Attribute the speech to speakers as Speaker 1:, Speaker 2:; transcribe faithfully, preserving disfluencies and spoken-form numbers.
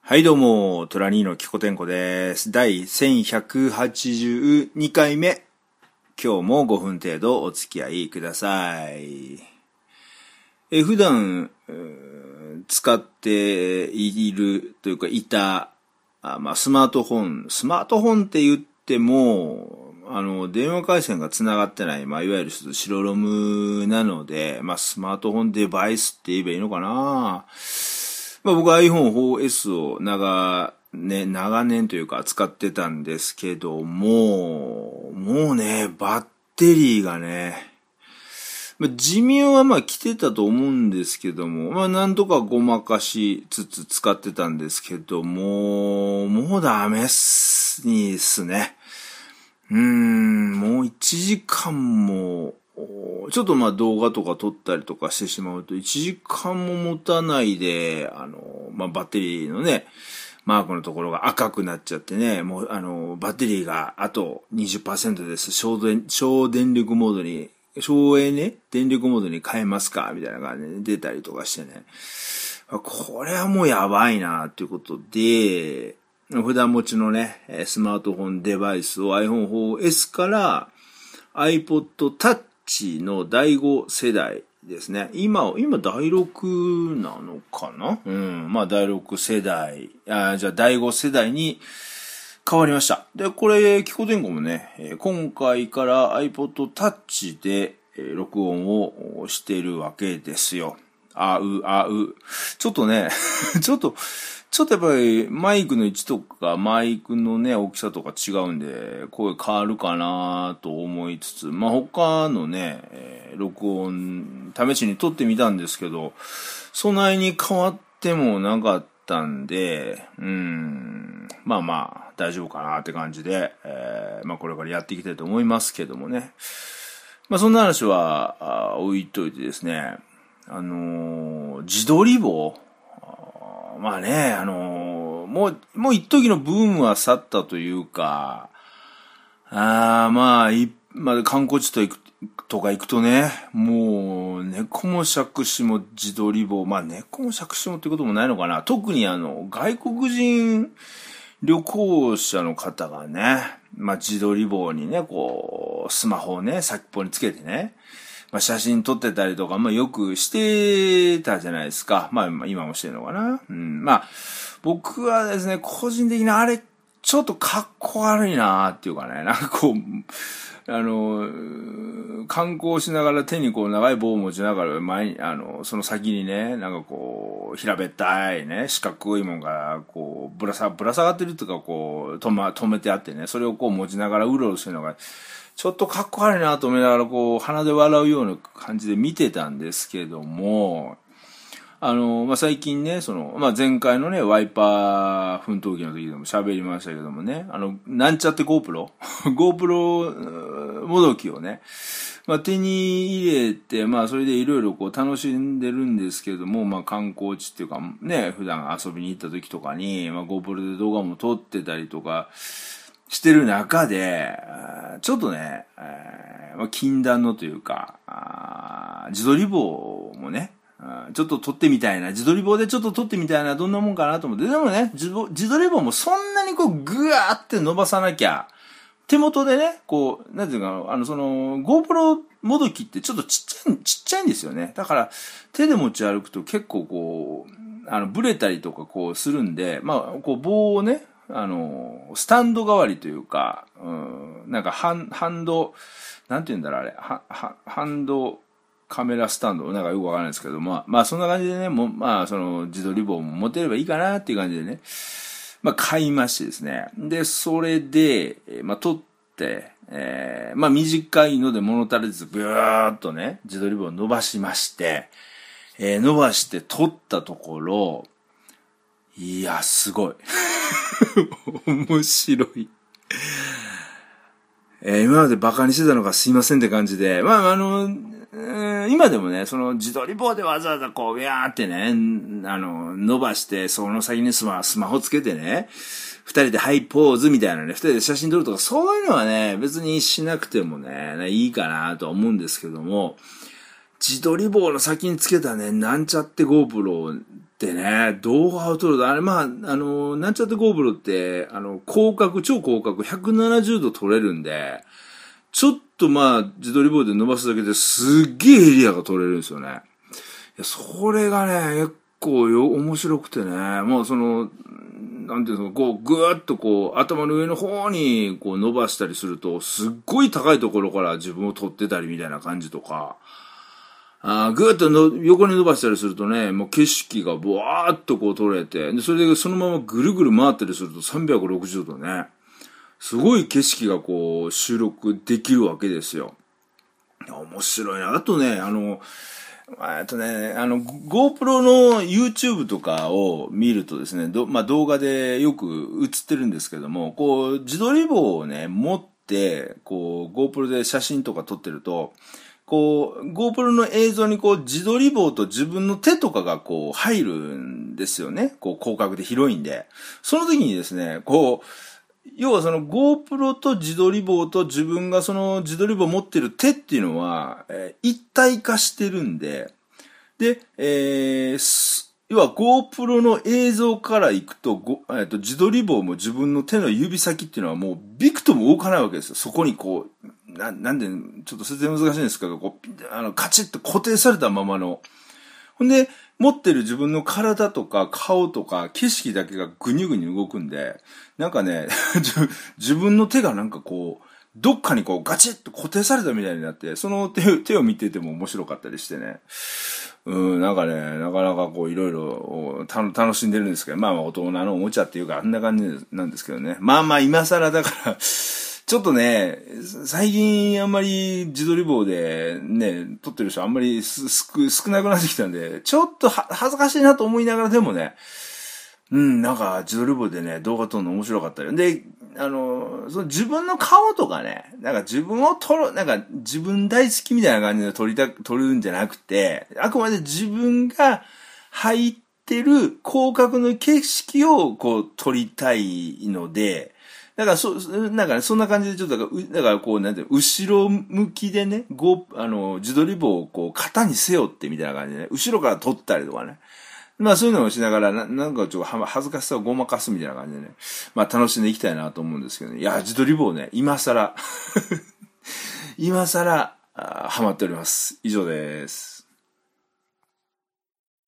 Speaker 1: はいどうも、トラニーのキコテンコです。だいせんひゃくはちじゅうにかいめ。今日もごふん程度お付き合いください。え普段、使っているというかいた、あまあ、スマートフォン、スマートフォンって言っても、あの、電話回線が繋がってない、まあ、いわゆる白ロムなので、まあ、スマートフォンデバイスって言えばいいのかな。まあ、僕は アイフォンフォーエス を長年、長年というか使ってたんですけども、もうね、バッテリーがね、まあ、寿命はまあ来てたと思うんですけども、まあなんとかごまかしつつ使ってたんですけども、もうダメっすにですね。うーん、もういちじかんも、ちょっとまあ動画とか撮ったりとかしてしまうといちじかんも持たないで、あの、まあバッテリーのね、マークのところが赤くなっちゃってね、もうあの、バッテリーがあと にじゅっパーセント です。省電、省電力モードに、省エネ電力モードに変えますかみたいな感じで出たりとかしてね。これはもうやばいなということで、普段持ちのね、スマートフォンデバイスを アイフォンフォーエス から iPod Touch のだいご世代ですね。今、今だいろくなのかなうん。まあだいろく世代、あじゃあだいご世代に変わりました。で、これ、キコテンコもね、今回から iPod Touch で録音をしているわけですよ。あう、あう。ちょっとね、ちょっと、ちょっとやっぱりマイクの位置とかマイクのね、大きさとか違うんで、声変わるかなと思いつつ、まあ他のね、えー、録音、試しに撮ってみたんですけど、そんなに変わってもなかったんで、うーん、まあまあ大丈夫かなって感じで、えー、まあこれからやっていきたいと思いますけどもね。まあそんな話は置いといてですね、あのー、自撮り棒まあね、あのー、もう、もう一時のブームは去ったというか、あまあ、い、まあ、観光地と行く、とか行くとね、もう、猫も杓子も自撮り棒、まあ猫も杓子もってこともないのかな。特にあの、外国人旅行者の方がね、まあ自撮り棒にね、こう、スマホをね、先っぽにつけてね、まあ、写真撮ってたりとか、まあ、よくしてたじゃないですか。まあ、今もしてるのかな。うん。まあ、僕はですね、個人的にあれ、ちょっとかっこ悪いなーっていうかね、なんかこう、あの、観光しながら手にこう長い棒を持ちながら前に、あの、その先にね、なんかこう、平べったいね、四角いもんが、こう、ぶらさ、ぶら下がってるとか、こう、止ま、止めてあってね、それをこう持ちながらうろうろしてるのが、ちょっとかっこ悪いなと思いながら、こう、鼻で笑うような感じで見てたんですけども、あの、まあ、最近ね、その、まあ、前回のね、ワイパー奮闘記の時でも喋りましたけどもね、あの、なんちゃって GoPro? GoPro もどきをね、まあ、手に入れて、まあ、それでいろいろこう楽しんでるんですけども、まあ、観光地っていうか、ね、普段遊びに行った時とかに、まあ、GoPro で動画も撮ってたりとか、してる中で、ちょっとね、まあ、禁断のというか、自撮り棒もね、ちょっと撮ってみたいな、自撮り棒でちょっと撮ってみたいな、どんなもんかなと思って、でもね、自撮り棒もそんなにこう、ぐわーって伸ばさなきゃ、手元でね、こう、なんていうか、あの、その、GoPro もどきってちょっとちっちゃい、ちっちゃいんですよね。だから、手で持ち歩くと結構こう、あの、ブレたりとかこうするんで、まあ、こう棒をね、あの、スタンド代わりというか、うん、なんかハン、ハンド、なんて言うんだろう、あれ、ハ、ハ、ハンドカメラスタンド、なんかよくわからないですけど、まあ、まあそんな感じでね、もまあその自撮り棒も持てればいいかなっていう感じでね、まあ買いましてですね。で、それで、まあ撮って、えー、まあ短いので物足りず、ブーっとね、自撮り棒を伸ばしまして、えー、伸ばして撮ったところ、いや、すごい。面白い。えー、今までバカにしてたのがすいませんって感じで、まあ、あの、えー、今でもね、その自撮り棒でわざわざこう、ビャーってね、あの、伸ばして、その先にスマ、スマホつけてね、二人でハイポーズみたいなね、二人で写真撮るとか、そういうのはね、別にしなくてもね、いいかなとは思うんですけども、自撮り棒の先につけたね、なんちゃって GoPro っってね、動画を撮ると、あれ、まあ、あの、なんちゃって GoPro って、あの、広角、超広角ひゃくななじゅうど撮れるんで、ちょっとまあ、自撮り棒で伸ばすだけですっげえエリアが撮れるんですよね。いや、それがね、結構よ、面白くてね、もうその、なんていうの、こう、ぐーっとこう、頭の上の方に、こう、伸ばしたりすると、すっごい高いところから自分を撮ってたりみたいな感じとか、あーぐーっとの横に伸ばしたりするとね、もう景色がブワーっとこう撮れて、で、それでそのままぐるぐる回ったりするとさんびゃくろくじゅうどね、すごい景色がこう、収録できるわけですよ。面白いな。あとね、あの、えっとね、あの、GoPro の YouTube とかを見るとですね、どまあ、動画でよく映ってるんですけども、こう、自撮り棒をね、持って、こう、GoPro で写真とか撮ってると、こう、GoPro の映像にこう、自撮り棒と自分の手とかがこう、入るんですよね。こう、広角で広いんで。その時にですね、こう、要はその GoPro と自撮り棒と自分がその自撮り棒を持ってる手っていうのは、えー、一体化してるんで、で、えー、要は GoPro の映像から行くと、ごえー、と自撮り棒も自分の手の指先っていうのはもうびくとも動かないわけですよ。そこにこう、な、なんで、ちょっと説明難しいんですけど、こう、あの、カチッと固定されたままの。ほんで、持ってる自分の体とか顔とか景色だけがぐにゅぐにゅ動くんで、なんかね、自分の手がなんかこう、どっかにこうガチッと固定されたみたいになって、その手、手を見てても面白かったりしてね。うん、なんかね、なかなかこういろいろ楽しんでるんですけど、まあまあ大人のおもちゃっていうかあんな感じなんですけどね。まあまあ今更だから、ちょっとね、最近あんまり自撮り棒でね、撮ってる人あんまりす少少なくなってきたんで、ちょっとは恥ずかしいなと思いながらでもね、うん、なんか自撮り棒でね、動画撮るの面白かったよ。で、あの、その自分の顔とかね、なんか自分を撮る、なんか自分大好きみたいな感じで撮りた、撮るんじゃなくて、あくまで自分が入ってる広角の景色をこう撮りたいので、だからそ、なんかね、そんな感じでちょっと、だからこう、なんていうの、後ろ向きでね、ご、あの、自撮り棒をこう、肩に背負ってみたいな感じでね、後ろから撮ったりとかね。まあそういうのをしながら、な, なんかちょっと恥ずかしさをごまかすみたいな感じでね、まあ楽しんでいきたいなと思うんですけどね。いや、自撮り棒ね、今更、今更、ハマっております。以上です。